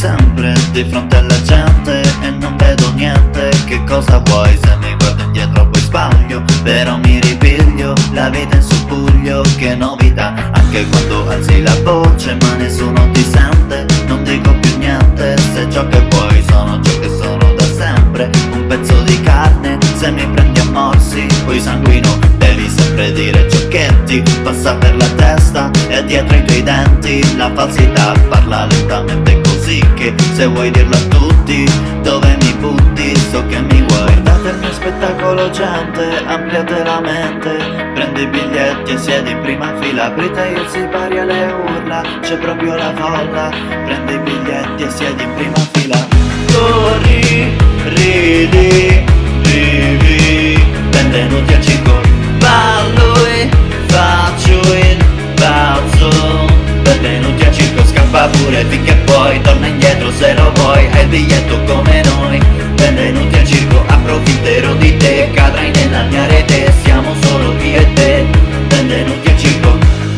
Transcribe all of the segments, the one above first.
sempre di fronte alla gente e non vedo niente. Che cosa vuoi? Se mi guardo indietro poi sbaglio, però mi ripiglio la vita in subbuglio. Che novità, anche quando alzi la voce ma nessuno ti sente. Non dico più niente, se ciò che vuoi sono ciò che sono da sempre. Un pezzo di carne, se mi prendi a morsi, poi sanguino, devi sempre dire ciò che ti passa per la testa e dietro i tuoi denti. La falsità parla lentamente così che se vuoi dirlo a tutti, dove mi butti so che mi vuoi. Guardate il mio spettacolo gente, ampliate la mente, prendi i biglietti e siedi in prima fila, aprite il sipari alle urla, c'è proprio la folla, prendi i biglietti e siedi in prima fila. Corri, ridi, vivi, benvenuti al circo, ballo e faccio il balzo. Benvenuti al circo, scappa pure finché puoi, torna indietro se lo vuoi, hai il biglietto come noi. Benvenuti al circo, approfitterò di te, cadrai nella mia rete, siamo solo io e te. Benvenuti al circo.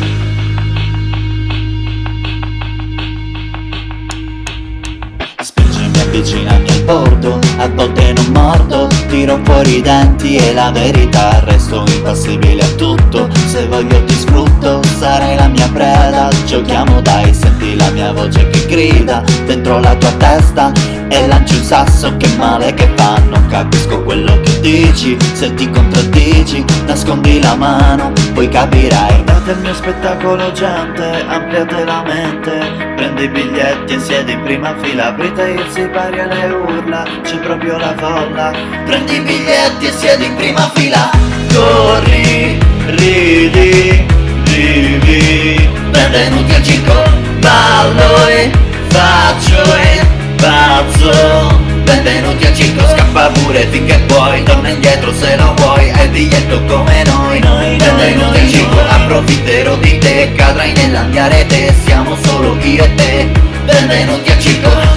Spingimi, avvicinami al bordo, a volte non mordo, tiro fuori i denti e la verità, resto impassibile a tutto. Se voglio ti sfrutto, sarai la mia preda. Giochiamo dai, senti la mia voce che grida dentro la tua testa e lanci un sasso, che male che fa, non capisco quello che dici. Se ti contraddici, nascondi la mano, poi capirai. Guardate il mio spettacolo gente, ampliate la mente, prendi i biglietti e siedi in prima fila, aprite il sipari alle urla, c'è proprio la folla, prendi i biglietti e siedi in prima fila. Corri, ridi, vivi, benvenuti al circo, ballo e faccio il pazzo. Benvenuti al circo, scappa pure finché puoi, torna indietro se lo vuoi, hai il biglietto come noi. Benvenuti al circo, approfitterò di te, cadrai nella mia rete, siamo solo io e te. Benvenuti al circo.